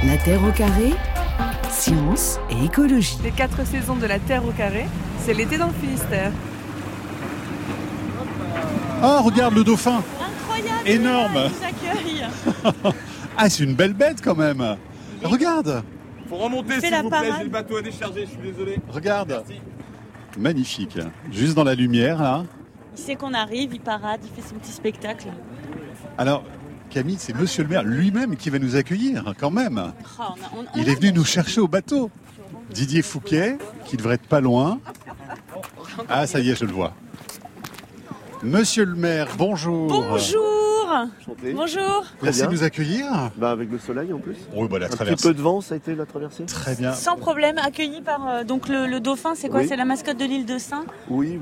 La Terre au carré, science et écologie. Les 4 saisons de la Terre au carré, c'est l'été dans le Finistère. Ah, regarde le dauphin. Incroyable. Énorme. Il nous accueille. Ah, c'est une belle bête quand même. Regarde. Faut remonter s'il vous plaît, j'ai le bateau à décharger, je suis désolé. Regarde. Merci. Magnifique. Juste dans la lumière là. Il sait qu'on arrive, il parade, il fait son petit spectacle. Alors, Camille, c'est monsieur le maire lui-même qui va nous accueillir quand même. Oh, Il est venu nous chercher au bateau. Didier Fouquet, qui devrait être pas loin. Ah, ça y est, je le vois. Monsieur le maire, bonjour. Bonjour. Enchanté. Bonjour. Merci de bien. nous accueillir. Avec le soleil en plus. Oui, bah la Un petit traversée. peu de vent, ça a été la traversée. Très bien. Sans problème, accueilli par donc le dauphin, c'est quoi? Oui. C'est la mascotte de l'île de Saint. Oui,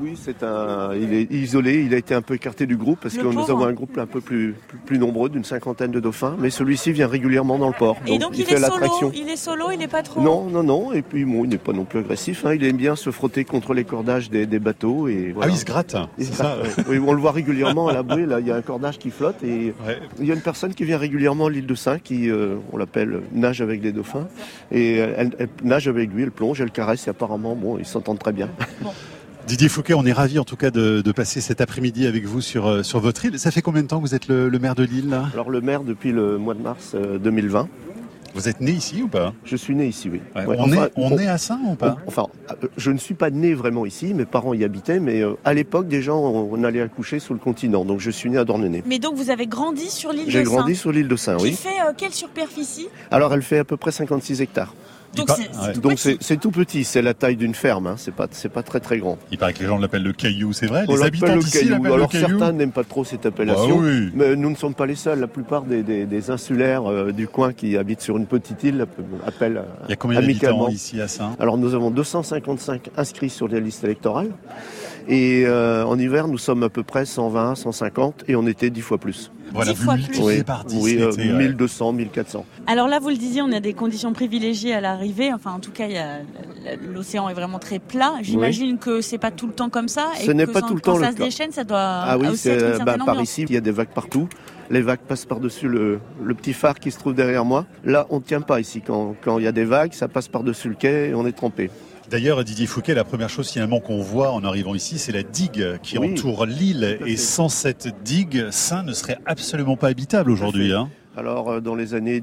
il est isolé, il a été un peu écarté du groupe parce Le que nous pauvre. avons un groupe un peu plus nombreux, d'une 50aine de dauphins, mais celui-ci vient régulièrement dans le port. Et donc il fait est l'attraction. solo, il est pas trop. Non, et puis bon, il n'est pas non plus agressif, il aime bien se frotter contre les cordages des bateaux. Et Ah voilà. oui, il se gratte. Il C'est se ça. gratte, ouais. Oui, on le voit régulièrement à la bouée, là, il y a un cordage qui flotte et Ouais. il y a une personne qui vient régulièrement à l'île de Saint qui, on l'appelle, nage avec des dauphins et elle nage avec lui, elle plonge, elle caresse et apparemment, bon, ils s'entendent très bien. Didier Fouquet, on est ravis en tout cas de passer cet après-midi avec vous sur votre île. Ça fait combien de temps que vous êtes le maire de l'île là? Alors le maire depuis le mois de mars 2020. Vous êtes né ici ou pas? Je suis né ici, oui. Ouais. Ouais, On est à Saint ou pas? Je ne suis pas né vraiment ici, mes parents y habitaient, mais à l'époque, déjà, on allait accoucher sur le continent. Donc je suis né à Dornenay. Mais donc vous avez grandi sur l'île de Saint. J'ai grandi sur l'île de Saint, Qui oui. fait quelle superficie? Alors elle fait à peu près 56 hectares. Donc pas- c'est ouais. tout Donc petit. c'est tout petit, c'est la taille d'une ferme, c'est pas très très grand. Il paraît que les gens l'appellent le caillou, c'est vrai? On Les l'appelle habitants le d'ici caillou. l'appellent le Alors caillou? certains n'aiment pas trop cette appellation, Bah oui. mais nous ne sommes pas les seuls. La plupart des insulaires du coin qui habitent sur une petite île appellent Il y a combien amicalement. d'habitants ici à Saint? Alors nous avons 255 inscrits sur les listes électorales et en hiver nous sommes à peu près 120, 150 et on était 10 fois plus. Voilà, 10 vous fois multipliez plus. par 10 Oui, l'été, ouais. 1200, 1400. Alors là, vous le disiez, on a des conditions privilégiées à l'arrivée. Enfin, en tout cas, l'océan est vraiment très plat. J'imagine que c'est pas tout le temps comme ça. Ce n'est pas tout le temps quand le ça se cas. déchaîne, ça doit Ah oui, aussi être une certaine par ambiance. ici, il y a des vagues partout. Les vagues passent par-dessus le petit phare qui se trouve derrière moi. Là, on ne tient pas ici. Quand il y a des vagues, ça passe par-dessus le quai et on est trempé. D'ailleurs, Didier Fouquet, la première chose finalement qu'on voit en arrivant ici, c'est la digue qui Oui, entoure l'île. tout à fait. Et sans cette digue, Saint ne serait absolument pas habitable aujourd'hui. fait. Hein. Alors, dans les années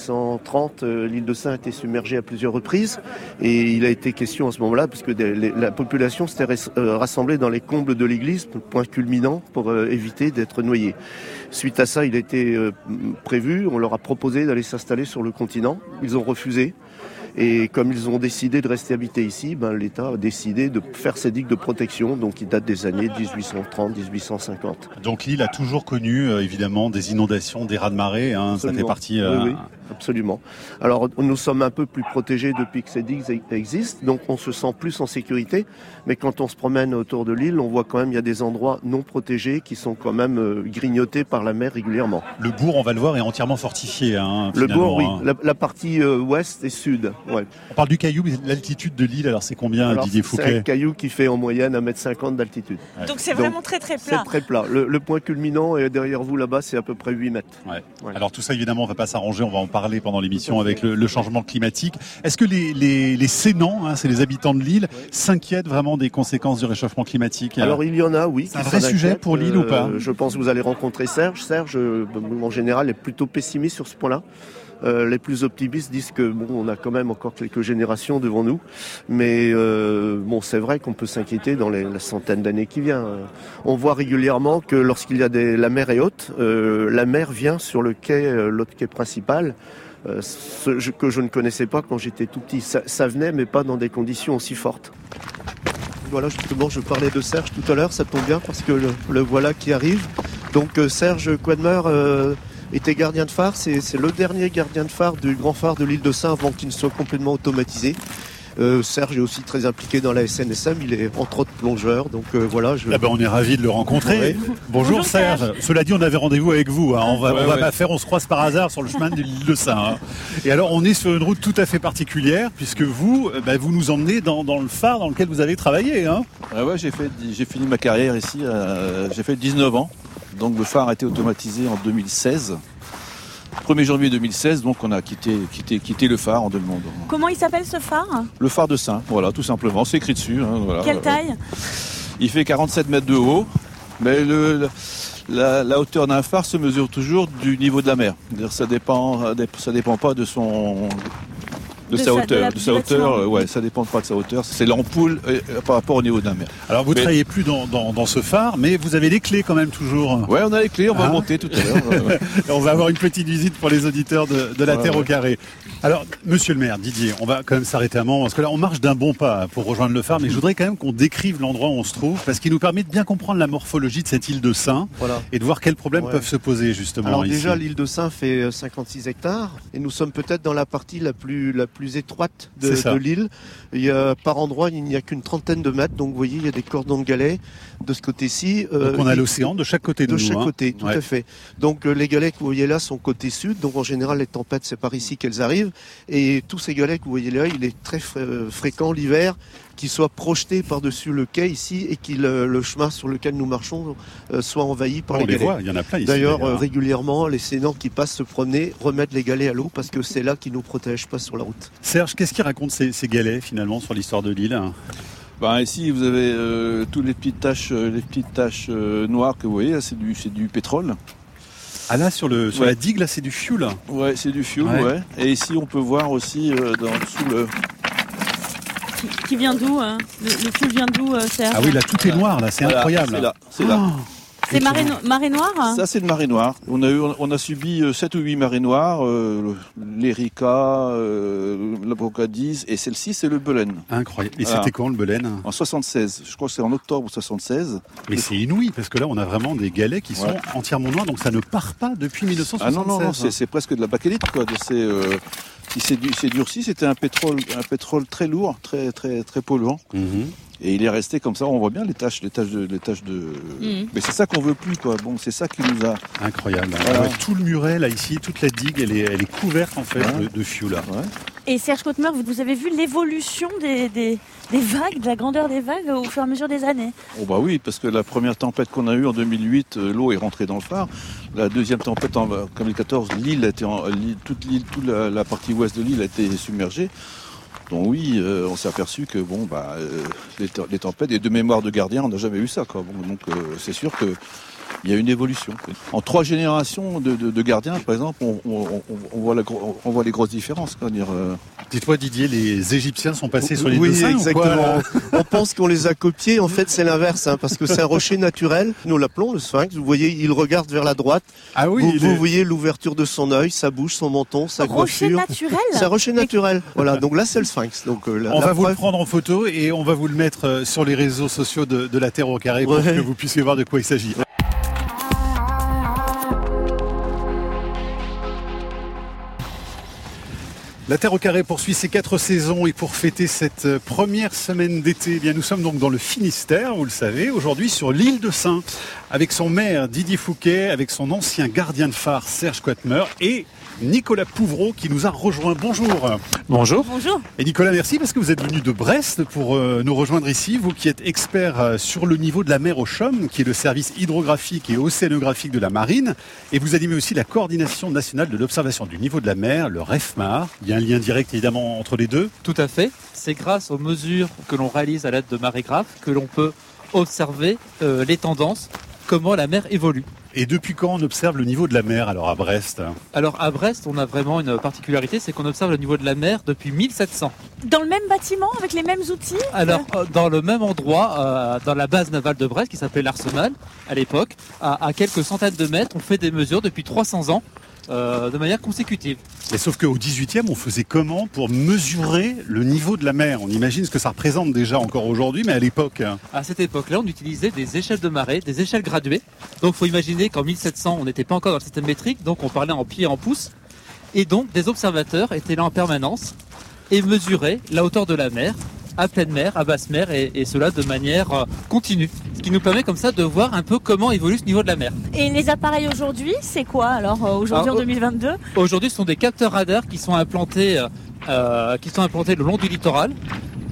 1830, l'île de Saint a été submergée à plusieurs reprises et il a été question à ce moment-là, parce que la population s'était rassemblée dans les combles de l'église, point culminant, pour éviter d'être noyée. Suite à ça, il a été prévu, on leur a proposé d'aller s'installer sur le continent. Ils ont refusé. Et comme ils ont décidé de rester habités ici, l'État a décidé de faire ces digues de protection, donc qui datent des années 1830-1850. Donc l'île a toujours connu évidemment des inondations, des raz-de-marée. Hein, ça fait Absolument. partie. Oui, absolument. Alors nous sommes un peu plus protégés depuis que ces digues existent, donc on se sent plus en sécurité. Mais quand on se promène autour de l'île, on voit quand même il y a des endroits non protégés qui sont quand même grignotés par la mer régulièrement. Le bourg, on va le voir, est entièrement fortifié. Hein, Le bourg, oui. hein. La partie ouest et sud. Ouais. On parle du caillou, mais l'altitude de l'île, alors c'est combien, Alors, Didier c'est un Fouquet? caillou qui fait en moyenne 1,50 m d'altitude. Donc c'est vraiment très très C'est plat. très plat. Le point culminant est derrière vous là-bas, c'est à peu près 8 mètres. Ouais. Voilà. Alors tout ça, évidemment, on va pas s'arranger, on va en parler pendant l'émission avec le changement climatique. Est-ce que les Sénans, hein, c'est les habitants de l'île, s'inquiètent vraiment des conséquences du réchauffement climatique? Alors il y en a, oui. C'est un qui vrai s'en sujet inquiètent. pour l'île ou pas? Je pense que vous allez rencontrer Serge. Serge, en général, est plutôt pessimiste sur ce point-là. Les plus optimistes disent que on a quand même encore quelques générations devant nous, mais c'est vrai qu'on peut s'inquiéter dans la centaine d'années qui viennent. On voit régulièrement que lorsqu'il y a la mer est haute, la mer vient sur le quai, l'autre quai principal. Que je ne connaissais pas quand j'étais tout petit. Ça venait, mais pas dans des conditions aussi fortes. Voilà, justement, je parlais de Serge tout à l'heure, ça tombe bien parce que le voilà qui arrive. Donc Serge Quadmer était gardien de phare, c'est le dernier gardien de phare du grand phare de l'île de Saint avant qu'il ne soit complètement automatisé. Serge est aussi très impliqué dans la SNSM, il est entre autres plongeur, donc voilà. On est ravis de le rencontrer. Ouais. Bonjour Serge. Cela dit, on avait rendez-vous avec vous. Hein. On va pas faire, on se croise par hasard sur le chemin de l'île de Saint. Hein. Et alors, on est sur une route tout à fait particulière puisque vous nous emmenez dans le phare dans lequel vous avez travaillé. Hein. Ouais, j'ai fini ma carrière ici. J'ai fait 19 ans. Donc le phare a été automatisé en 2016. 1er janvier 2016, donc on a quitté le phare en demandant. Comment il s'appelle ce phare ? Le phare de Saint, voilà, tout simplement, c'est écrit dessus. Voilà. Quelle taille ? Il fait 47 mètres de haut, mais la hauteur d'un phare se mesure toujours du niveau de la mer. C'est-à-dire ça dépend pas de sa hauteur. Ouais, ça dépend pas de sa hauteur. C'est l'ampoule par rapport au niveau de la mer. Alors vous travaillez plus dans ce phare, mais vous avez les clés quand même toujours. Ouais, on a les clés, on va monter tout à l'heure. On va avoir une petite visite pour les auditeurs de la Terre au carré. Alors, monsieur le maire, Didier, on va quand même s'arrêter un moment, parce que là, on marche d'un bon pas pour rejoindre le phare, mais je voudrais quand même qu'on décrive l'endroit où on se trouve, parce qu'il nous permet de bien comprendre la morphologie de cette île de Saint, et de voir quels problèmes peuvent se poser, justement. Alors ici. déjà, l'île de Saint fait 56 hectares, et nous sommes peut-être dans la partie la plus étroite de l'île. Par endroit, il n'y a qu'une trentaine de mètres, donc vous voyez, il y a des cordons de galets de ce côté-ci. Donc on a l'océan de chaque côté de nous. De chaque côté, tout à fait. Donc les galets que vous voyez là sont côté sud, donc en général, les tempêtes, c'est par ici qu'elles arrivent. Et tous ces galets que vous voyez là, il est très fréquent l'hiver qu'ils soient projetés par-dessus le quai ici et que le chemin sur lequel nous marchons soit envahi par les galets. On les voit, il y en a plein ici. D'ailleurs, régulièrement, les sénants qui passent se promener remettent les galets à l'eau parce que c'est là qu'ils nous protègent pas sur la route. Serge, qu'est-ce qu'ils racontent ces galets finalement sur l'histoire de l'île ? Ici, vous avez toutes les petites taches noires que vous voyez, là, c'est du pétrole. Ah là, sur la digue, là, c'est du fioul. Ouais, c'est du fioul, ouais. Et ici, on peut voir aussi sous le... Qui vient d'où le fioul vient d'où, Serge ? Ah oui, là, tout est noir, là, c'est incroyable. C'est là. C'est marée noire ? Ça, c'est de marée noire. On a subi 7 ou 8 marées noires, l'Erika, la Brocadise, et celle-ci, c'est le Belen. Incroyable. Et c'était quand le Belen ? En 76. Je crois que c'est en octobre 76. Mais c'est inouï, parce que là, on a vraiment des galets qui sont entièrement noirs, donc ça ne part pas depuis 1976. Ah non, c'est presque de la bakélite, quoi. C'est durci, c'était un pétrole très lourd, très, très, très polluant. Et il est resté comme ça, on voit bien les taches de... Mais c'est ça qu'on veut plus, quoi. Bon, c'est ça qui nous a... Incroyable. Voilà. Tout le muret, là, ici, toute la digue, elle est couverte, en fait, de fioul, là. Ouais. Et Serge Cottemer, vous avez vu l'évolution des vagues, de la grandeur des vagues au fur et à mesure des années ? Oh bah oui, parce que la première tempête qu'on a eue en 2008, l'eau est rentrée dans le phare. La deuxième tempête en 2014, toute la partie ouest de l'île a été submergée. Donc oui, on s'est aperçu que les tempêtes, et de mémoire de gardien, on n'a jamais eu ça, quoi. Bon, donc c'est sûr que il y a une évolution. En 3 générations de gardiens, par exemple, on voit les grosses différences. Dites-moi, Didier, les Égyptiens sont passés sur l'île de Saint, exactement. On pense qu'on les a copiés. En fait, c'est l'inverse, parce que c'est un rocher naturel. Nous l'appelons le sphinx. Vous voyez, il regarde vers la droite. Ah oui. Vous voyez l'ouverture de son œil, sa bouche, son menton, sa coiffure. Rocher naturel. C'est un rocher naturel. Voilà. Donc là, c'est le sphinx. Donc on va vous le prendre en photo et on va vous le mettre sur les réseaux sociaux de la Terre au carré pour que vous puissiez voir de quoi il s'agit. La Terre au carré poursuit ses 4 saisons et pour fêter cette première semaine d'été, nous sommes donc dans le Finistère, vous le savez, aujourd'hui sur l'île de Saint, avec son maire Didier Fouquet, avec son ancien gardien de phare Serge Cottemer et Nicolas Pouvreau qui nous a rejoint. Bonjour. Bonjour. Bonjour. Et Nicolas, merci parce que vous êtes venu de Brest pour nous rejoindre ici, vous qui êtes expert sur le niveau de la mer au CHOM, qui est le service hydrographique et océanographique de la marine, et vous animez aussi la coordination nationale de l'observation du niveau de la mer, le REFMAR. Il y a un lien direct évidemment entre les deux. Tout à fait. C'est grâce aux mesures que l'on réalise à l'aide de marégraphes que l'on peut observer les tendances, comment la mer évolue. Et depuis quand on observe le niveau de la mer alors à Brest ? Alors à Brest, on a vraiment une particularité, c'est qu'on observe le niveau de la mer depuis 1700. Dans le même bâtiment, avec les mêmes outils ? Alors dans le même endroit, dans la base navale de Brest, qui s'appelait l'Arsenal à l'époque, à quelques centaines de mètres, on fait des mesures depuis 300 ans. De manière consécutive. Mais sauf qu'au 18e, on faisait comment pour mesurer le niveau de la mer ? On imagine ce que ça représente déjà encore aujourd'hui, mais à l'époque... À cette époque-là, on utilisait des échelles de marée, des échelles graduées. Donc il faut imaginer qu'en 1700, on n'était pas encore dans le système métrique, donc on parlait en pieds et en pouces. Et donc des observateurs étaient là en permanence et mesuraient la hauteur de la mer, à pleine mer, à basse mer, et cela de manière continue. Ce qui nous permet comme ça de voir un peu comment évolue ce niveau de la mer. Et les appareils aujourd'hui, c'est quoi alors aujourd'hui en 2022 ? Aujourd'hui, ce sont des capteurs radars qui sont implantés le long du littoral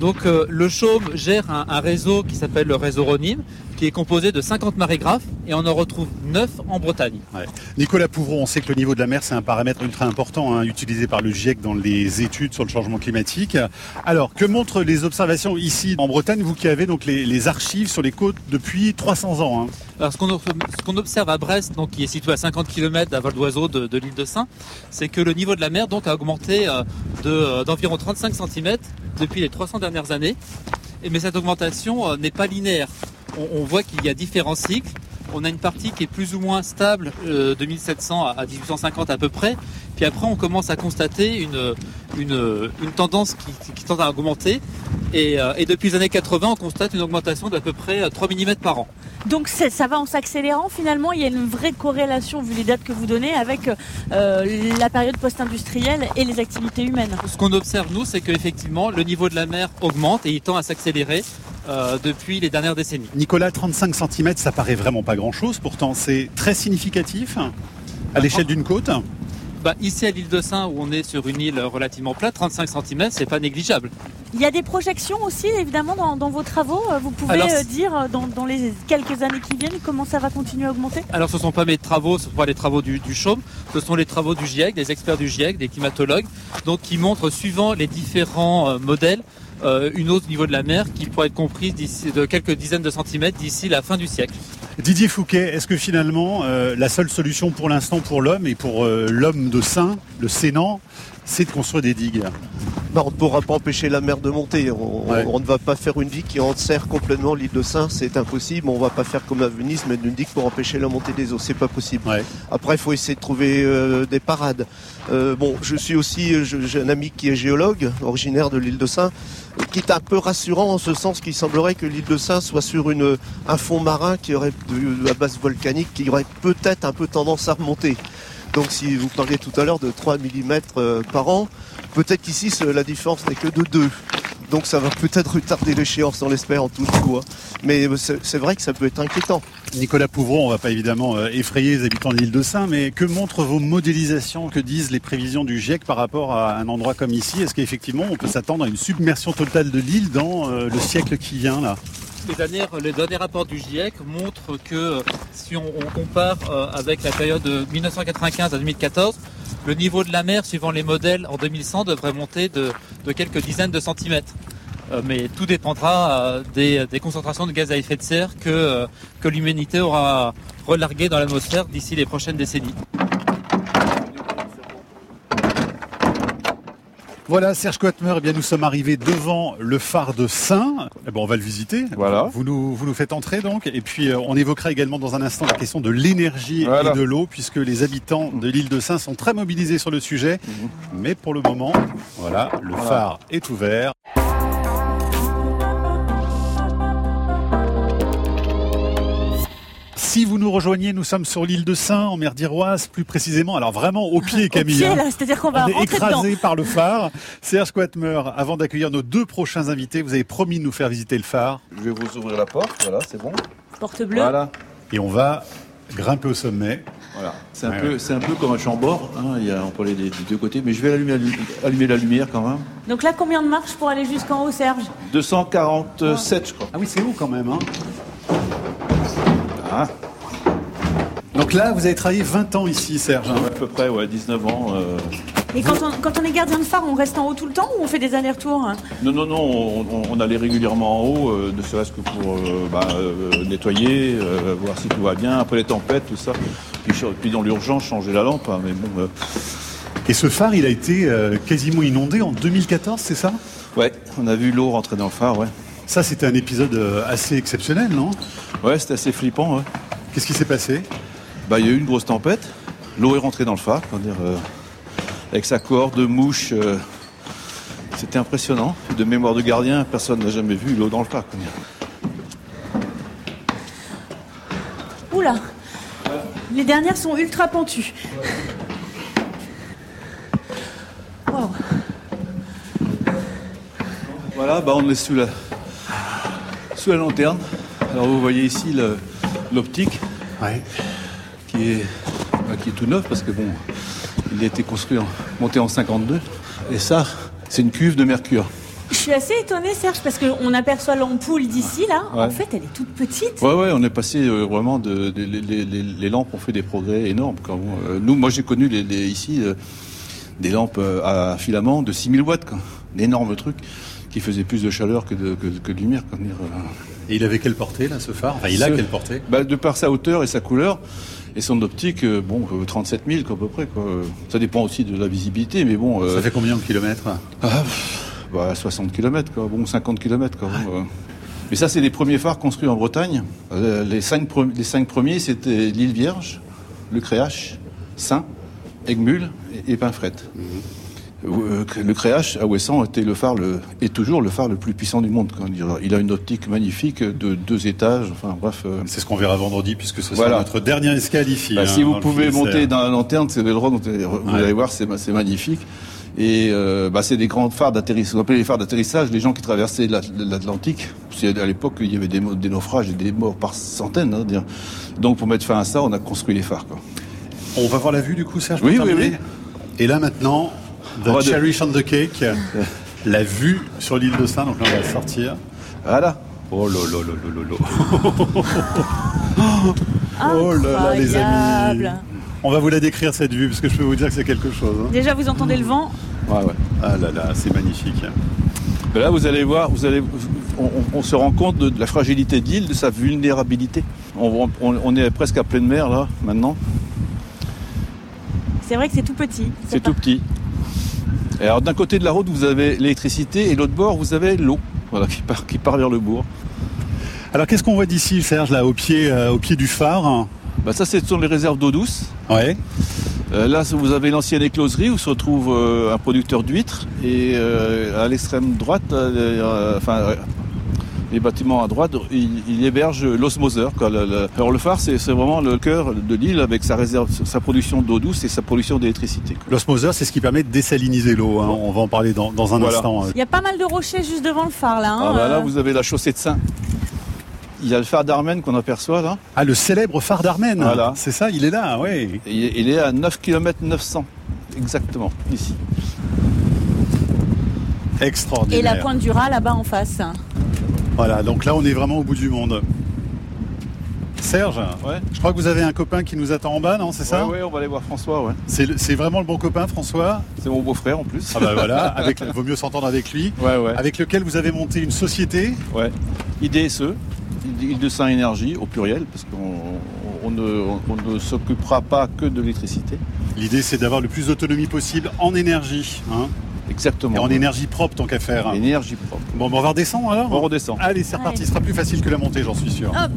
Donc le Chaume gère un réseau qui s'appelle le réseau Rhône, qui est composé de 50 marégraphes et on en retrouve 9 en Bretagne. Ouais. Nicolas Pouvron, on sait que le niveau de la mer, c'est un paramètre ultra important utilisé par le GIEC dans les études sur le changement climatique. Alors, que montrent les observations ici en Bretagne, vous qui avez donc les archives sur les côtes depuis 300 ans Alors, ce qu'on observe à Brest, donc, qui est situé à 50 km à vol d'oiseau de l'île de Sein, c'est que le niveau de la mer donc, a augmenté d'environ 35 cm depuis les 300 dernières années. Mais cette augmentation n'est pas linéaire. On voit qu'il y a différents cycles. On a une partie qui est plus ou moins stable de 1700 à 1850 à peu près. Puis après, on commence à constater une tendance qui tend à augmenter. Et depuis les années 80, on constate une augmentation d'à peu près 3 mm par an. Donc ça va en s'accélérant finalement, il y a une vraie corrélation vu les dates que vous donnez avec la période post-industrielle et les activités humaines. Ce qu'on observe nous, c'est qu'effectivement le niveau de la mer augmente et il tend à s'accélérer depuis les dernières décennies. Nicolas, 35 cm, ça paraît vraiment pas grand-chose, pourtant c'est très significatif à l'échelle d'une côte. Ici à l'île de Sein, où on est sur une île relativement plate, 35 cm, c'est pas négligeable. Il y a des projections aussi, évidemment, dans vos travaux. Vous pouvez dire, dans les quelques années qui viennent, comment ça va continuer à augmenter ? Alors, ce ne sont pas mes travaux, ce ne sont pas les travaux du Chaume, ce sont les travaux du GIEC, des experts du GIEC, des climatologues, donc qui montrent, suivant les différents modèles, une hausse au niveau de la mer qui pourrait être comprise de quelques dizaines de centimètres d'ici la fin du siècle. Didier Fouquet, est-ce que finalement, la seule solution pour l'instant pour l'homme et pour l'homme de Sein, le Sénan, c'est de construire des digues ? On ne pourra pas empêcher la mer de monter. On ne va pas faire une digue qui enserre complètement l'île de Sein, c'est impossible. On ne va pas faire comme à Venise, mettre une digue pour empêcher la montée des eaux, c'est pas possible. Ouais. Après, il faut essayer de trouver des parades. J'ai un ami qui est géologue, originaire de l'île de Sein, qui est un peu rassurant en ce sens qu'il semblerait que l'île de Sein soit sur un fond marin qui aurait de la base volcanique, qui aurait peut-être un peu tendance à remonter. Donc si vous parliez tout à l'heure de 3 mm par an, peut-être qu'ici la différence n'est que de 2. Donc ça va peut-être retarder l'échéance, on l'espère en tout cas. Mais c'est vrai que ça peut être inquiétant. Nicolas Pouvron, on ne va pas évidemment effrayer les habitants de l'île de Sein, mais que montrent vos modélisations, que disent les prévisions du GIEC par rapport à un endroit comme ici ? Est-ce qu'effectivement on peut s'attendre à une submersion totale de l'île dans le siècle qui vient là ? Les derniers rapports du GIEC montrent que si on compare avec la période de 1995 à 2014, le niveau de la mer, suivant les modèles, en 2100 devrait monter de quelques dizaines de centimètres. Mais tout dépendra des concentrations de gaz à effet de serre que l'humanité aura relarguées dans l'atmosphère d'ici les prochaines décennies. Voilà, Serge Quatmer, nous sommes arrivés devant le phare de Sein. On va le visiter. Voilà. Vous nous faites entrer donc. Et puis on évoquera également dans un instant la question de l'énergie et de l'eau, puisque les habitants de l'île de Sein sont très mobilisés sur le sujet. Mais pour le moment, le phare est ouvert. Si vous nous rejoignez, nous sommes sur l'île de Sein, en mer d'Iroise, plus précisément, alors vraiment au pied, Camille. Au pied, là, c'est-à-dire qu'on va rentrer dedans. Écrasé par le phare. Serge Quatmer, avant d'accueillir nos deux prochains invités, vous avez promis de nous faire visiter le phare. Je vais vous ouvrir la porte, voilà, c'est bon. Porte bleue. Voilà. Et on va grimper au sommet. Voilà. C'est un peu comme un chambord, on peut aller des deux côtés, mais je vais allumer la lumière quand même. Donc là, combien de marches pour aller jusqu'en haut, Serge ? 247, je crois. Ah oui, c'est haut quand même. Donc là, vous avez travaillé 20 ans ici, Serge. À peu près, 19 ans. Et quand on est gardien de phare, on reste en haut tout le temps ou on fait des allers-retours ? Non, on allait régulièrement en haut, ne serait-ce que pour nettoyer, voir si tout va bien, après les tempêtes, tout ça. Puis dans l'urgence, changer la lampe. Mais bon, Et ce phare, il a été quasiment inondé en 2014, c'est ça ? Ouais, on a vu l'eau rentrer dans le phare, ouais. Ça, c'était un épisode assez exceptionnel, non ? Ouais, c'était assez flippant, ouais. Qu'est-ce qui s'est passé ? Il y a eu une grosse tempête, l'eau est rentrée dans le phare, avec sa cohorte de mouches. C'était impressionnant. De mémoire de gardien, personne n'a jamais vu l'eau dans le phare. Oula, les dernières sont ultra pentues. Wow. Voilà, on est sous la lanterne. Alors vous voyez ici l'optique. Ouais. Qui est tout neuf parce que il a été monté en 52. Et ça, c'est une cuve de mercure. Je suis assez étonnée, Serge, parce qu'on aperçoit l'ampoule d'ici, là. Ouais. En fait, elle est toute petite. Ouais, on est passé vraiment les lampes ont fait des progrès énormes. Moi j'ai connu ici des lampes à filament de 6000 watts, quoi. D'énormes trucs qui faisaient plus de chaleur que de lumière. Et il avait quelle portée, là, ce phare? Enfin, il a quelle portée? De par sa hauteur et sa couleur et son optique, 37 000 à peu près, quoi. Ça dépend aussi de la visibilité, mais bon. Ça fait combien de kilomètres? 60 km, quoi. 50 km, quoi. Mais ça, c'est les premiers phares construits en Bretagne. Les cinq premiers, c'était l'Île Vierge, le Créache, Saint, Aigues-Mul et Pinfret. Le Créache à Ouessant est toujours le phare le plus puissant du monde. Il a une optique magnifique de 2 étages. Enfin bref. C'est ce qu'on verra vendredi, puisque ce sera notre dernière escale ici. Si vous pouvez monter dans la lanterne, c'est le droit. Vous allez voir, c'est magnifique. Et c'est des grands phares d'atterrissage. On appelait les phares d'atterrissage. Les gens qui traversaient l'Atlantique. À l'époque, il y avait des naufrages et des morts par centaines. Donc pour mettre fin à ça, on a construit les phares, quoi. On va voir la vue du coup, Serge. Oui. Et là maintenant. The cherry on the cake, la vue sur l'île de Saint, donc là on va sortir. Voilà. Oh là là là là là. Oh là là les amis. On va vous la décrire cette vue, parce que je peux vous dire que c'est quelque chose. Déjà vous entendez le vent? Ouais. Ah là là, c'est magnifique. Là vous allez voir, on se rend compte de la fragilité de l'île, de sa vulnérabilité. On est presque à pleine mer là, maintenant. C'est vrai que c'est tout petit. C'est tout petit. Et alors d'un côté de la route, vous avez l'électricité et l'autre bord, vous avez l'eau, qui part vers le bourg. Alors qu'est-ce qu'on voit d'ici, Serge, là, au pied du phare? Ça, ce sont les réserves d'eau douce. Ouais. Là, vous avez l'ancienne écloserie où se retrouve un producteur d'huîtres. Et à l'extrême droite, les bâtiments à droite, il héberge l'osmoseur. Alors le phare, c'est vraiment le cœur de l'île avec sa réserve, sa production d'eau douce et sa production d'électricité. L'osmoseur, c'est ce qui permet de désaliniser l'eau. On va en parler dans un instant. Il y a pas mal de rochers juste devant le phare là. Là, vous avez la chaussée de Saint. Il y a le phare d'Armen qu'on aperçoit là. Ah, le célèbre phare d'Armen. Voilà. C'est ça, il est là, oui. Il est à 9 km 900, exactement, ici. Extraordinaire. Et la pointe du Raz là-bas en face. Voilà, donc là on est vraiment au bout du monde. Serge, je crois que vous avez un copain qui nous attend en bas, non? C'est ça? Oui, on va aller voir François. Ouais. C'est vraiment le bon copain, François? C'est mon beau-frère en plus. Ah bah voilà, vaut mieux s'entendre avec lui. Ouais. Avec lequel vous avez monté une société? Ouais. IDSE, Île de Saint Énergie au pluriel, parce qu'on ne s'occupera pas que de l'électricité. L'idée c'est d'avoir le plus d'autonomie possible en énergie. Exactement. Et en énergie propre tant qu'à faire. Énergie propre. Bon, on va redescendre alors? On redescend. Allez, c'est reparti, ce sera plus facile que la montée, j'en suis sûr. Hop.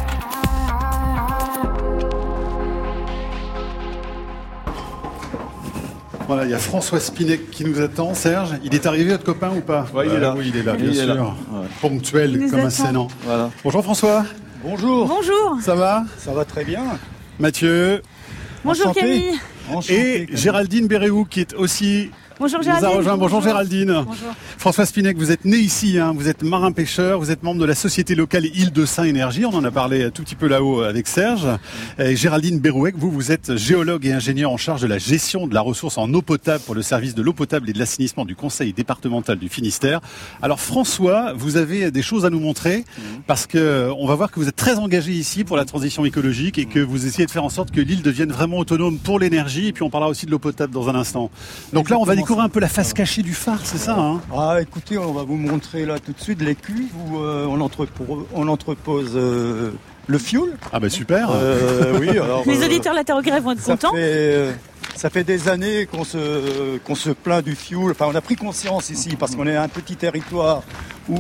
Voilà, il y a François Spinec qui nous attend. Serge, il est arrivé votre copain ou pas? Oui, il est là. Oui, il est là, bien sûr. Là. Ouais. Ponctuel comme un sénant. Voilà. Bonjour François. Bonjour. Bonjour. Ça va? Ça va très bien. Mathieu. Bonjour Enchanté. Camille. Et Géraldine Béréou qui est aussi... Bonjour nous a Géraldine. rejoint. Bonjour Géraldine. Bonjour. François Spinec, vous êtes né ici, vous êtes marin-pêcheur, vous êtes membre de la société locale Île de Saint Énergie, on en a parlé un tout petit peu là-haut avec Serge. Et Géraldine Bérouec, vous êtes géologue et ingénieur en charge de la gestion de la ressource en eau potable pour le service de l'eau potable et de l'assainissement du Conseil départemental du Finistère. Alors François, vous avez des choses à nous montrer parce que on va voir que vous êtes très engagé ici pour la transition écologique et que vous essayez de faire en sorte que l'île devienne vraiment autonome pour l'énergie, et puis on parlera aussi de l'eau potable dans un instant. Donc là, on va découvrir un peu la face cachée du phare, c'est ça Écoutez, on va vous montrer là tout de suite les cuves où on entrepose le fioul. Ah bah super. Oui, alors, Les auditeurs de la Terre au Carré vont être contents. Ça fait des années qu'on se plaint du fioul. Enfin, on a pris conscience ici parce qu'on est un petit territoire où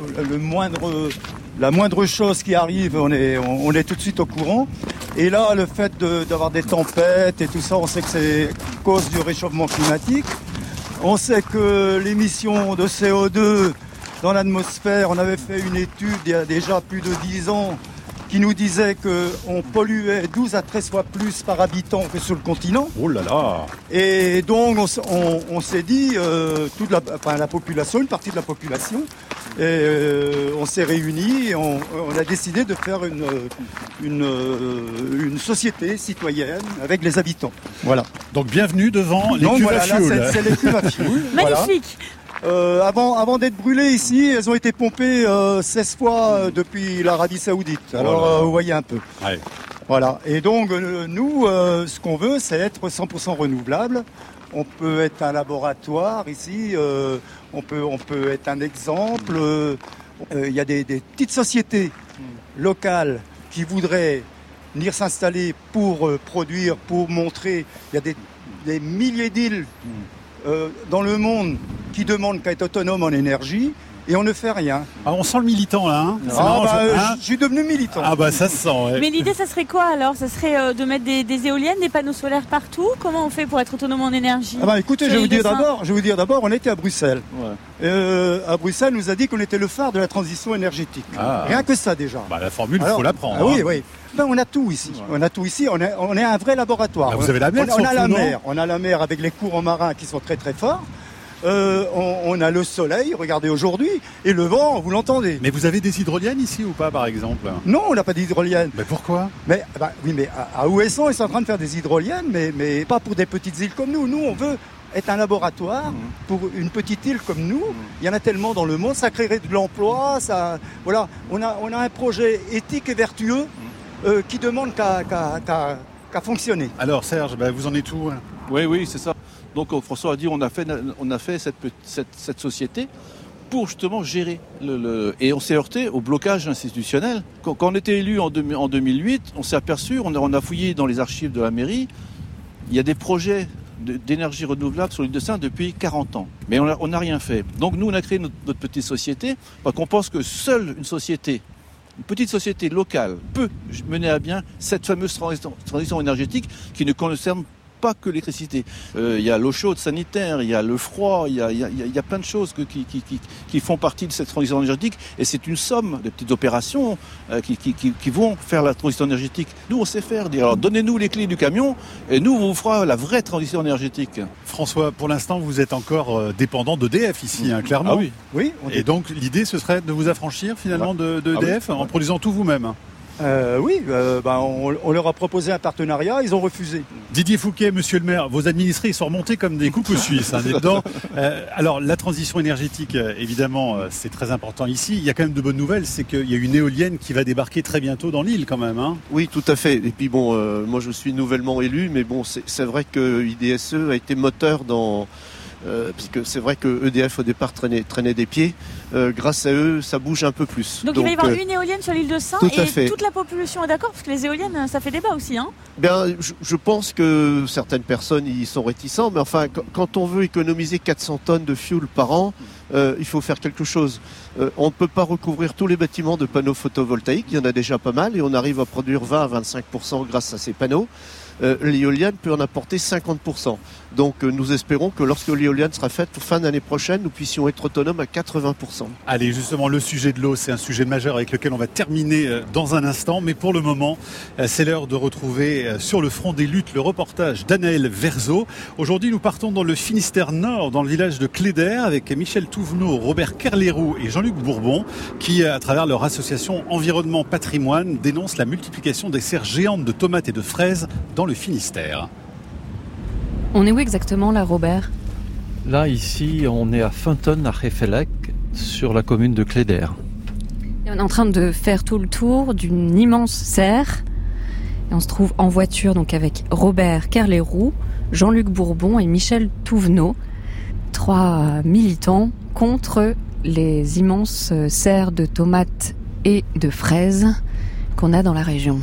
la moindre chose qui arrive, on est tout de suite au courant. Et là, le fait d'avoir des tempêtes et tout ça, on sait que c'est à cause du réchauffement climatique. On sait que l'émission de CO2 dans l'atmosphère, on avait fait une étude il y a déjà plus de 10 ans qui nous disait qu'on polluait 12 à 13 fois plus par habitant que sur le continent. Oh là là. Et donc on s'est dit, la population, une partie de la population, on s'est réunis et on a décidé de faire une société citoyenne avec les habitants. Voilà. Donc bienvenue devant les cuves à fioul. C'est les cuves à fioul. Magnifique. Avant d'être brûlées ici, elles ont été pompées 16 fois depuis l'Arabie Saoudite. Alors vous voyez un peu. Ouais. Voilà. Et donc nous, ce qu'on veut, c'est être 100% renouvelable. On peut être un laboratoire ici. On peut être un exemple. Il y a des petites sociétés locales qui voudraient venir s'installer pour produire, pour montrer. Il y a des milliers d'îles dans le monde qui demandent qu'à être autonomes en énergie et on ne fait rien. Ah, on sent le militant là. Hein. Je suis devenu militant. Ah bah ça se sent. Ouais. Mais l'idée, ça serait quoi alors? Ça serait de mettre des éoliennes, des panneaux solaires partout? Comment on fait pour être autonome en énergie? Écoutez, je vais vous dire d'abord, on était à Bruxelles. Ouais. À Bruxelles, nous a dit qu'on était le phare de la transition énergétique. Rien que ça déjà. Bah, la formule, il faut la prendre. Oui. On a tout ici. On est un vrai laboratoire. Vous avez la mer. On a la mer avec les courants marins qui sont très très forts. On a le soleil, regardez aujourd'hui, et le vent, vous l'entendez. Mais vous avez des hydroliennes ici ou pas, par exemple? Non, on n'a pas d'hydroliennes. Mais pourquoi? Mais à Ouessant, ils sont en train de faire des hydroliennes, mais pas pour des petites îles comme nous. Nous, on veut être un laboratoire pour une petite île comme nous. Il y en a tellement dans le monde, ça créerait de l'emploi. Voilà, on a un projet éthique et vertueux qui demande qu'à fonctionner. Alors Serge, vous en êtes où? Oui, c'est ça. Donc François a dit on a fait cette société pour justement gérer et on s'est heurté au blocage institutionnel. Quand on était élu en 2008, on s'est aperçu, on a fouillé dans les archives de la mairie, il y a des projets d'énergie renouvelable sur l'île de Sein depuis 40 ans. Mais on n'a rien fait. Donc nous on a créé notre petite société parce qu'on pense que seule une petite société locale peut mener à bien cette fameuse transition énergétique qui ne concerne pas que l'électricité. Il y a l'eau chaude sanitaire, il y a le froid, il y a plein de choses qui font partie de cette transition énergétique et c'est une somme de petites opérations qui vont faire la transition énergétique. Nous, on sait faire. Alors, donnez-nous les clés du camion et nous, on vous fera la vraie transition énergétique. François, pour l'instant, vous êtes encore dépendant d'EDF ici, clairement. Ah oui. Et donc, l'idée, ce serait de vous affranchir finalement d'EDF en produisant tout vous-même. On leur a proposé un partenariat, ils ont refusé. Didier Fouquet, monsieur le maire, vos administrés ils sont remontés comme des coupes suisses. Alors la transition énergétique, évidemment, c'est très important ici. Il y a quand même de bonnes nouvelles, c'est qu'il y a une éolienne qui va débarquer très bientôt dans l'île quand même. Hein. Oui, tout à fait. Et puis moi je suis nouvellement élu, mais c'est vrai que IDSE a été moteur dans... puisque c'est vrai que EDF au départ traînait des pieds. Grâce à eux, ça bouge un peu plus. Donc il va y avoir une éolienne sur l'île de Sein et toute la population est d'accord parce que les éoliennes, ça fait débat aussi. Hein. Je pense que certaines personnes y sont réticents, mais enfin, quand on veut économiser 400 tonnes de fuel par an, il faut faire quelque chose. On ne peut pas recouvrir tous les bâtiments de panneaux photovoltaïques, il y en a déjà pas mal, et on arrive à produire 20 à 25% grâce à ces panneaux. L'éolienne peut en apporter 50%. Donc nous espérons que lorsque l'éolienne sera faite, fin d'année prochaine, nous puissions être autonomes à 80%. Allez, justement, le sujet de l'eau, c'est un sujet majeur avec lequel on va terminer dans un instant. Mais pour le moment, c'est l'heure de retrouver sur le front des luttes le reportage d'Anaël Verzeau. Aujourd'hui, nous partons dans le Finistère Nord, dans le village de Cléder, avec Michel Touvenot, Robert Kerleroux et Jean-Luc Bourbon, qui, à travers leur association Environnement Patrimoine, dénoncent la multiplication des serres géantes de tomates et de fraises dans le Finistère. On est où exactement là, Robert ? Là, ici, on est à Finton, à Réfélec, sur la commune de Cléder. Et on est en train de faire tout le tour d'une immense serre. Et on se trouve en voiture donc avec Robert Kerleroux, Jean-Luc Bourbon et Michel Touvenot. 3 militants contre les immenses serres de tomates et de fraises qu'on a dans la région.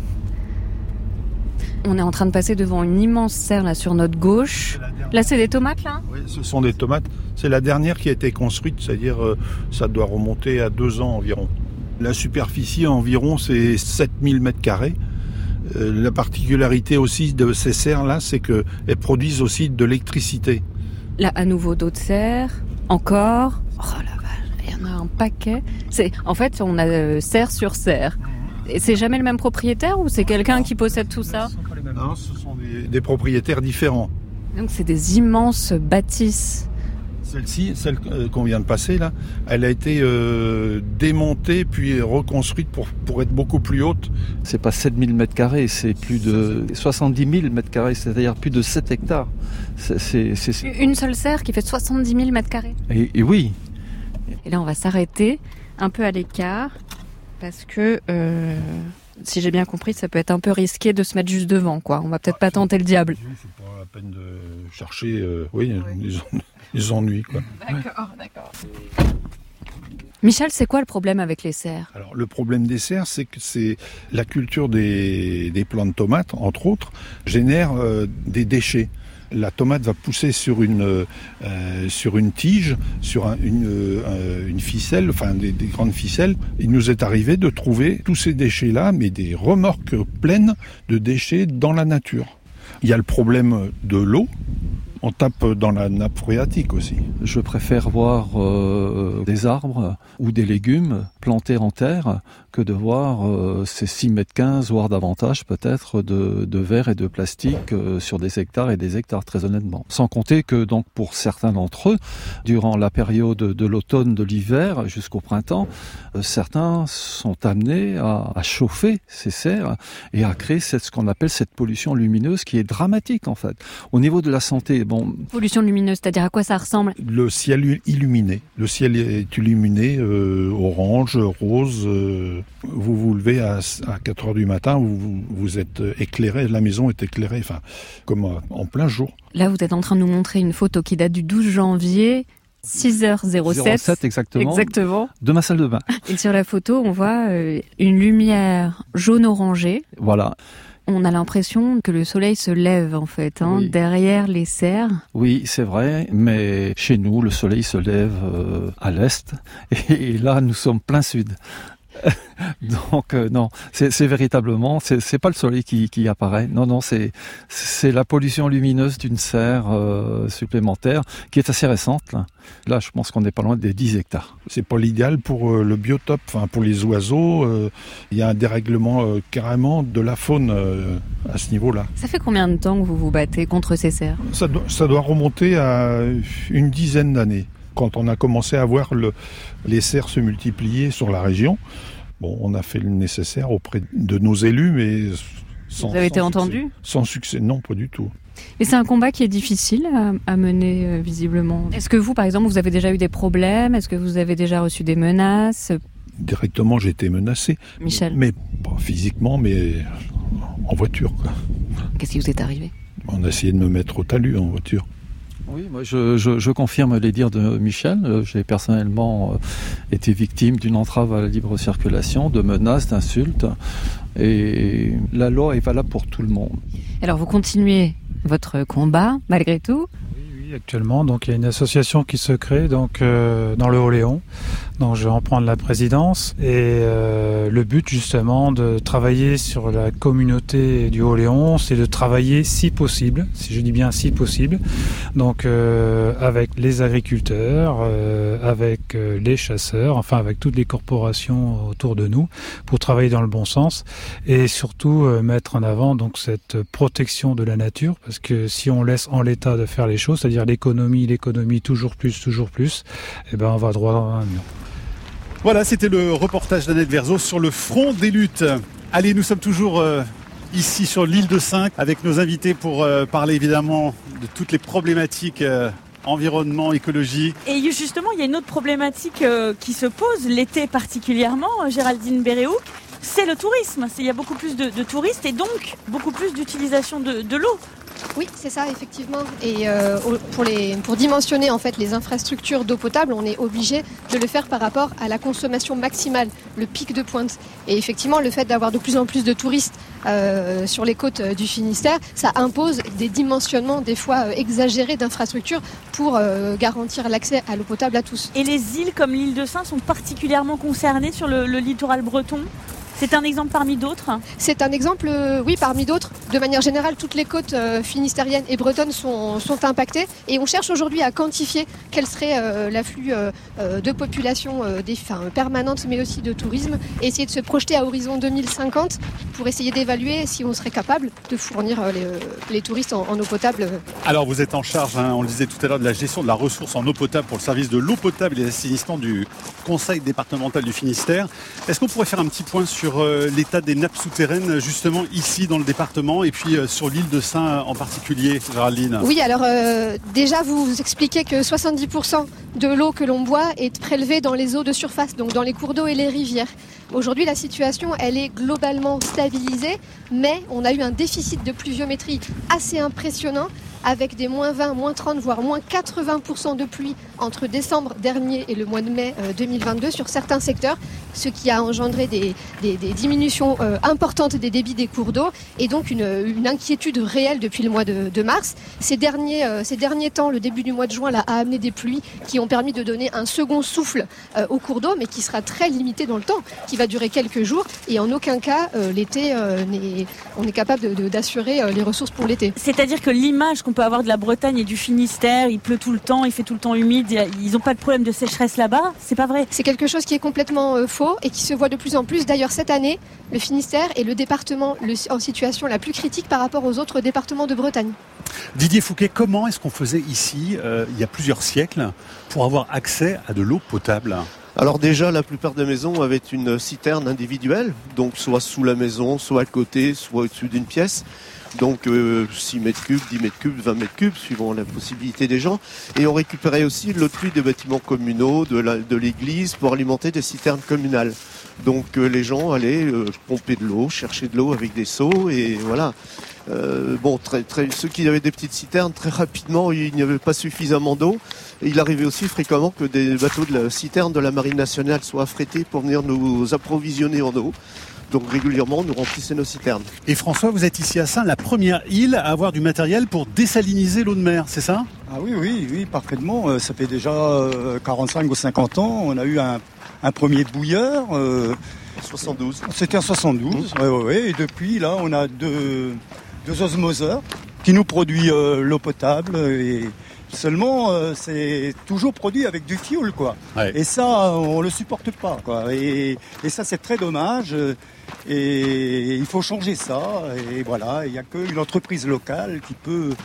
On est en train de passer devant une immense serre là sur notre gauche. Là, c'est des tomates là ? Oui, ce sont des tomates. C'est la dernière qui a été construite, c'est-à-dire ça doit remonter à 2 ans environ. La superficie environ c'est 7000 m². La particularité aussi de ces serres-là, c'est qu'elles produisent aussi de l'électricité. Là, à nouveau d'autres serres. Encore. Oh la vache, il y en a un paquet. En fait, on a serre sur serre. Et c'est jamais le même propriétaire ou c'est quelqu'un qui possède tout ça ? Non, ce sont des propriétaires différents. Donc c'est des immenses bâtisses Celle qu'on vient de passer là, elle a été démontée puis reconstruite pour être beaucoup plus haute. C'est pas 7000 m², c'est plus de 70 000 m², c'est-à-dire plus de 7 hectares. C'est... Une seule serre qui fait 70 000 m². Et oui. Et là, on va s'arrêter un peu à l'écart parce que, si j'ai bien compris, ça peut être un peu risqué de se mettre juste devant, quoi. On va peut-être pas tenter le diable. C'est pas la peine de chercher, les ennuis, quoi. D'accord. Michel, c'est quoi le problème avec les serres ? Alors, le problème des serres, c'est que la culture des plants de tomates, entre autres, génère des déchets. La tomate va pousser sur une tige, sur une ficelle, enfin des grandes ficelles. Il nous est arrivé de trouver tous ces déchets-là, mais des remorques pleines de déchets dans la nature. Il y a le problème de l'eau. On tape dans la nappe phréatique aussi. Je préfère voir des arbres ou des légumes plantés en terre que de voir ces 6,15 m, voire davantage peut-être, de verre et de plastique sur des hectares et des hectares, très honnêtement. Sans compter que donc pour certains d'entre eux, durant la période de l'automne, de l'hiver jusqu'au printemps, certains sont amenés à chauffer ces serres et à créer ce qu'on appelle cette pollution lumineuse qui est dramatique en fait. Au niveau de la santé, pollution lumineuse, c'est-à-dire à quoi ça ressemble ? Le ciel illuminé. Le ciel est illuminé, orange, rose. Vous vous levez à 4 heures du matin, vous êtes éclairé, la maison est éclairée, enfin, comme en plein jour. Là, vous êtes en train de nous montrer une photo qui date du 12 janvier, 6h07. Exactement. De ma salle de bain. Et sur la photo, on voit une lumière jaune-orangée. Voilà. On a l'impression que le soleil se lève en fait, oui. Derrière les serres. Oui, c'est vrai, mais chez nous, le soleil se lève à l'est et là, nous sommes plein sud. Donc non, c'est véritablement, c'est pas le soleil qui apparaît. Non, c'est la pollution lumineuse d'une serre supplémentaire qui est assez récente. Là, je pense qu'on n'est pas loin des 10 hectares. C'est pas l'idéal pour le biotope, enfin pour les oiseaux. Il y a un dérèglement carrément de la faune à ce niveau-là. Ça fait combien de temps que vous vous battez contre ces serres ? Ça doit remonter à une dizaine d'années. Quand on a commencé à voir les serres se multiplier sur la région, on a fait le nécessaire auprès de nos élus, mais Vous avez été entendu ? Sans succès, non, pas du tout. Et c'est un combat qui est difficile à mener, visiblement. Est-ce que vous, par exemple, vous avez déjà eu des problèmes ? Est-ce que vous avez déjà reçu des menaces ? Directement, j'ai été menacé. Michel ? Mais pas physiquement, mais en voiture, quoi. Qu'est-ce qui vous est arrivé ? On a essayé de me mettre au talus en voiture. Oui, moi je confirme les dires de Michel. J'ai personnellement été victime d'une entrave à la libre circulation, de menaces, d'insultes. Et la loi est valable pour tout le monde. Alors vous continuez votre combat, malgré tout ? Oui, actuellement. Donc il y a une association qui se crée dans le Haut-Léon. Donc je vais en prendre la présidence. Et le but justement de travailler sur la communauté du Haut-Léon, c'est de travailler si possible, si je dis bien si possible, donc avec les agriculteurs, avec les chasseurs, enfin avec toutes les corporations autour de nous, pour travailler dans le bon sens et surtout mettre en avant donc cette protection de la nature, parce que si on laisse en l'état de faire les choses, c'est-à-dire l'économie toujours plus, et ben on va droit dans un mur. Voilà, c'était le reportage d'Annette Verzo sur le front des luttes. Allez, nous sommes toujours ici sur l'île de Saintes avec nos invités pour parler évidemment de toutes les problématiques environnement, écologie. Et justement, il y a une autre problématique qui se pose l'été particulièrement, Géraldine Béréhouk, c'est le tourisme. Il y a beaucoup plus de touristes et donc beaucoup plus d'utilisation de l'eau. Oui, c'est ça, effectivement. Et pour dimensionner en fait les infrastructures d'eau potable, on est obligé de le faire par rapport à la consommation maximale, le pic de pointe. Et effectivement, le fait d'avoir de plus en plus de touristes sur les côtes du Finistère, ça impose des dimensionnements des fois exagérés d'infrastructures pour garantir l'accès à l'eau potable à tous. Et les îles comme l'île de Saint sont particulièrement concernées sur le littoral breton ? C'est un exemple parmi d'autres? C'est un exemple, oui, parmi d'autres. De manière générale, toutes les côtes finistériennes et bretonnes sont impactées. Et on cherche aujourd'hui à quantifier quel serait l'afflux de population permanente, mais aussi de tourisme. Et essayer de se projeter à horizon 2050 pour essayer d'évaluer si on serait capable de fournir les touristes en eau potable. Alors vous êtes en charge, on le disait tout à l'heure, de la gestion de la ressource en eau potable pour le service de l'eau potable et l'assainissement du Conseil départemental du Finistère. Est-ce qu'on pourrait faire un petit point sur l'état des nappes souterraines justement ici dans le département et puis sur l'île de Sein en particulier, Géraldine? Oui, alors déjà vous expliquez que 70% de l'eau que l'on boit est prélevée dans les eaux de surface, donc dans les cours d'eau et les rivières. Aujourd'hui, la situation, elle est globalement stabilisée, mais on a eu un déficit de pluviométrie assez impressionnant, avec des moins 20, moins 30, voire moins 80% de pluie entre décembre dernier et le mois de mai 2022 sur certains secteurs, ce qui a engendré des diminutions importantes des débits des cours d'eau et donc une inquiétude réelle depuis le mois de mars. Ces derniers temps, le début du mois de juin, là, a amené des pluies qui ont permis de donner un second souffle au cours d'eau, mais qui sera très limité dans le temps, qui va durer quelques jours et en aucun cas l'été, on est capable d'assurer les ressources pour l'été. C'est-à-dire que l'image qu'on peut avoir de la Bretagne et du Finistère, il pleut tout le temps, il fait tout le temps humide, ils n'ont pas de problème de sécheresse là-bas, c'est pas vrai? C'est quelque chose qui est complètement faux et qui se voit de plus en plus. D'ailleurs cette année, le Finistère est le département en situation la plus critique par rapport aux autres départements de Bretagne. Didier Fouquet, comment est-ce qu'on faisait ici, il y a plusieurs siècles, pour avoir accès à de l'eau potable ? Alors déjà, la plupart des maisons avaient une citerne individuelle, donc soit sous la maison, soit à côté, soit au-dessus d'une pièce. Donc 6 mètres cubes, 10 mètres cubes, 20 mètres cubes, suivant la possibilité des gens. Et on récupérait aussi l'eau de pluie des bâtiments communaux, de l'église, pour alimenter des citernes communales. Donc les gens allaient pomper de l'eau, chercher de l'eau avec des seaux, et voilà. Ceux qui avaient des petites citernes, très rapidement, il n'y avait pas suffisamment d'eau. Et il arrivait aussi fréquemment que des bateaux de la citerne de la Marine nationale soient affrétés pour venir nous approvisionner en eau. Donc régulièrement, nous remplissons nos citernes. Et François, vous êtes ici à Sein, la première île à avoir du matériel pour désaliniser l'eau de mer, c'est ça ? Ah oui, parfaitement. Ça fait déjà 45 ou 50 ans. On a eu un premier bouilleur. 72. C'était en 72. Oui. Et depuis, là, on a deux osmoseurs qui nous produit l'eau potable. Et seulement, c'est toujours produit avec du fioul, quoi. Ouais. Et ça, on le supporte pas, quoi. Et ça, c'est très dommage. Et il faut changer ça. Et voilà, il n'y a qu'une entreprise locale qui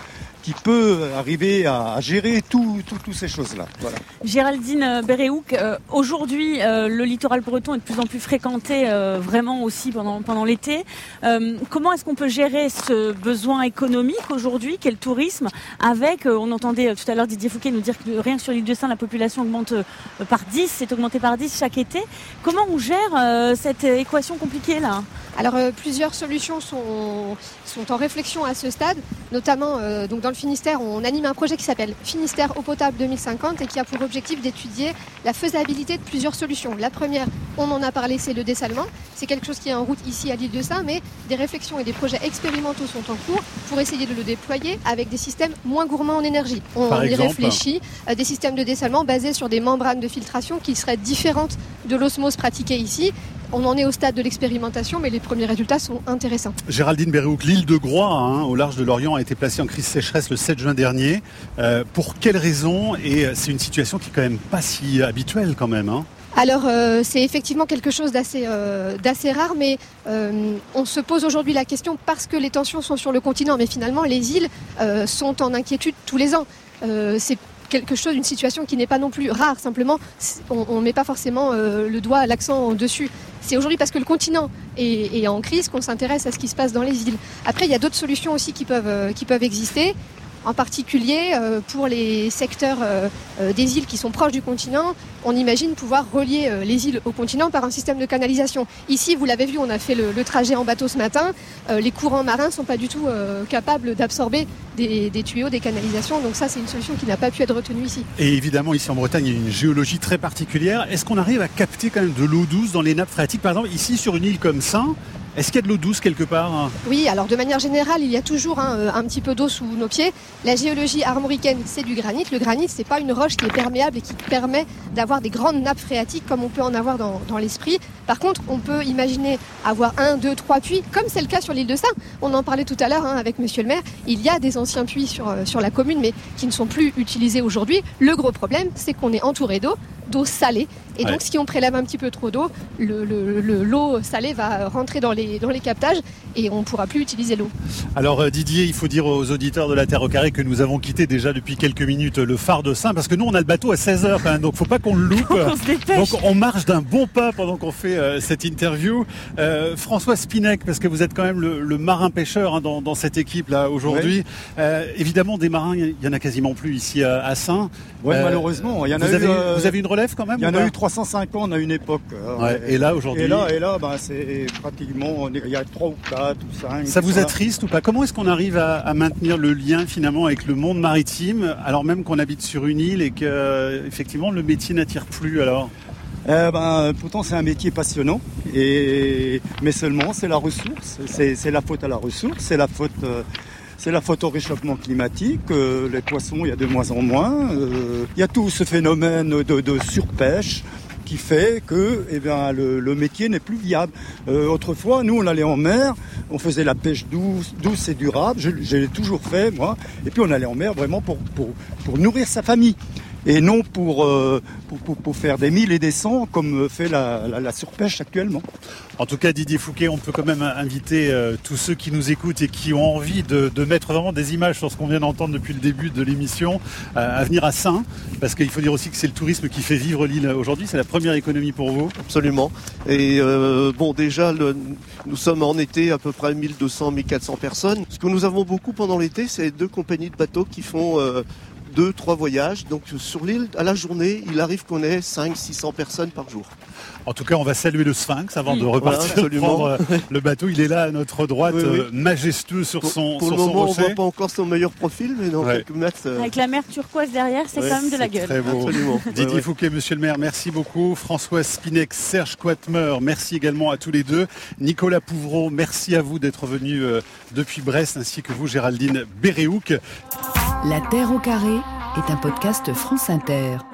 peut arriver à gérer toutes ces choses-là. Voilà. Géraldine Béréouc, aujourd'hui, le littoral breton est de plus en plus fréquenté, vraiment aussi pendant l'été. Comment est-ce qu'on peut gérer ce besoin économique aujourd'hui, qu'est le tourisme, avec, on entendait tout à l'heure Didier Fouquet nous dire que rien que sur l'île de Sein, la population augmente par 10, c'est augmenté par 10 chaque été. Comment on gère cette équation compliquée là ? Alors plusieurs solutions sont en réflexion à ce stade, notamment donc dans le Finistère, on anime un projet qui s'appelle Finistère eau potable 2050 et qui a pour objectif d'étudier la faisabilité de plusieurs solutions. La première, on en a parlé, c'est le dessalement. C'est quelque chose qui est en route ici à l'île de Sein, mais des réflexions et des projets expérimentaux sont en cours pour essayer de le déployer avec des systèmes moins gourmands en énergie. On y réfléchit, des systèmes de dessalement basés sur des membranes de filtration qui seraient différentes de l'osmose pratiquée ici. On en est au stade de l'expérimentation, mais les premiers résultats sont intéressants. Géraldine Béréouc, l'île de Groix, au large de l'Orient, a été placée en crise sécheresse le 7 juin dernier. Pour quelles raisons ? Et c'est une situation qui est quand même pas si habituelle quand même. Alors c'est effectivement quelque chose d'assez rare, mais on se pose aujourd'hui la question parce que les tensions sont sur le continent, mais finalement les îles sont en inquiétude tous les ans. C'est quelque chose, une situation qui n'est pas non plus rare, simplement on ne met pas forcément le doigt, l'accent dessus. C'est aujourd'hui parce que le continent est en crise qu'on s'intéresse à ce qui se passe dans les îles. Après, il y a d'autres solutions aussi qui peuvent exister. En particulier, pour les secteurs des îles qui sont proches du continent, on imagine pouvoir relier les îles au continent par un système de canalisation. Ici, vous l'avez vu, on a fait le trajet en bateau ce matin. Les courants marins ne sont pas du tout capables d'absorber des tuyaux, des canalisations. Donc ça, c'est une solution qui n'a pas pu être retenue ici. Et évidemment, ici en Bretagne, il y a une géologie très particulière. Est-ce qu'on arrive à capter quand même de l'eau douce dans les nappes phréatiques ? Par exemple, ici, sur une île comme Sein, est-ce qu'il y a de l'eau douce quelque part ? Oui, alors de manière générale, il y a toujours un petit peu d'eau sous nos pieds. La géologie armoricaine, c'est du granit. Le granit, c'est pas une roche qui est perméable et qui permet d'avoir des grandes nappes phréatiques comme on peut en avoir dans l'Esprit. Par contre, on peut imaginer avoir 1, 2, 3 puits, comme c'est le cas sur l'île de Sein. On en parlait tout à l'heure avec monsieur le maire. Il y a des anciens puits sur la commune, mais qui ne sont plus utilisés aujourd'hui. Le gros problème, c'est qu'on est entouré d'eau salée. Et donc, si on prélève un petit peu trop d'eau, l'eau salée va rentrer dans les captages et on ne pourra plus utiliser l'eau. Alors Didier, il faut dire aux auditeurs de la Terre au Carré que nous avons quitté déjà depuis quelques minutes le phare de Sein, parce que nous, on a le bateau à 16h quand même, donc faut pas qu'on le loupe. On se dépêche. Donc on marche d'un bon pas pendant qu'on fait cette interview. François Spinec, parce que vous êtes quand même le marin-pêcheur dans cette équipe-là aujourd'hui. Oui. Évidemment, des marins, il y en a quasiment plus ici à Sein. Oui, malheureusement. Vous avez une relève quand même? Il y en a eu 350 à une époque. Et là, aujourd'hui? Et là, c'est pratiquement, il y a 3 ou 4 ou 5. Ça vous attriste ou pas? Comment est-ce qu'on arrive à maintenir le lien finalement avec le monde maritime, alors même qu'on habite sur une île et que effectivement le métier n'attire plus alors? Pourtant c'est un métier passionnant, mais seulement c'est la ressource, c'est la faute à la ressource, c'est la faute au réchauffement climatique, les poissons il y a de moins en moins, il y a tout ce phénomène de surpêche qui fait que le métier n'est plus viable. Autrefois, nous on allait en mer, on faisait la pêche douce et durable, je l'ai toujours fait moi, et puis on allait en mer vraiment pour nourrir sa famille. Et non pour faire des 1000 et des 100 comme fait la surpêche actuellement. En tout cas, Didier Fouquet, on peut quand même inviter tous ceux qui nous écoutent et qui ont envie de mettre vraiment des images sur ce qu'on vient d'entendre depuis le début de l'émission, à venir à Sein, parce qu'il faut dire aussi que c'est le tourisme qui fait vivre l'île aujourd'hui, c'est la première économie pour vous. Absolument. Et déjà, nous sommes en été à peu près 1200, 1400 personnes. Ce que nous avons beaucoup pendant l'été, c'est 2 compagnies de bateaux qui font 2-3 voyages. Donc sur l'île, à la journée, il arrive qu'on ait 500-600 personnes par jour. En tout cas, on va saluer le Sphinx avant de repartir prendre le bateau. Il est là à notre droite, majestueux sur son rocher. Pour le moment, on ne voit pas encore son meilleur profil, mais dans quelques mètres... Avec la mer turquoise derrière, c'est quand même de la gueule. Très beau. Absolument. Didier Fouquet, monsieur le maire, merci beaucoup. François Spinec, Serge Quatmer, merci également à tous les deux. Nicolas Pouvreau, merci à vous d'être venu depuis Brest, ainsi que vous, Géraldine Béréouc. La Terre au Carré est un podcast France Inter.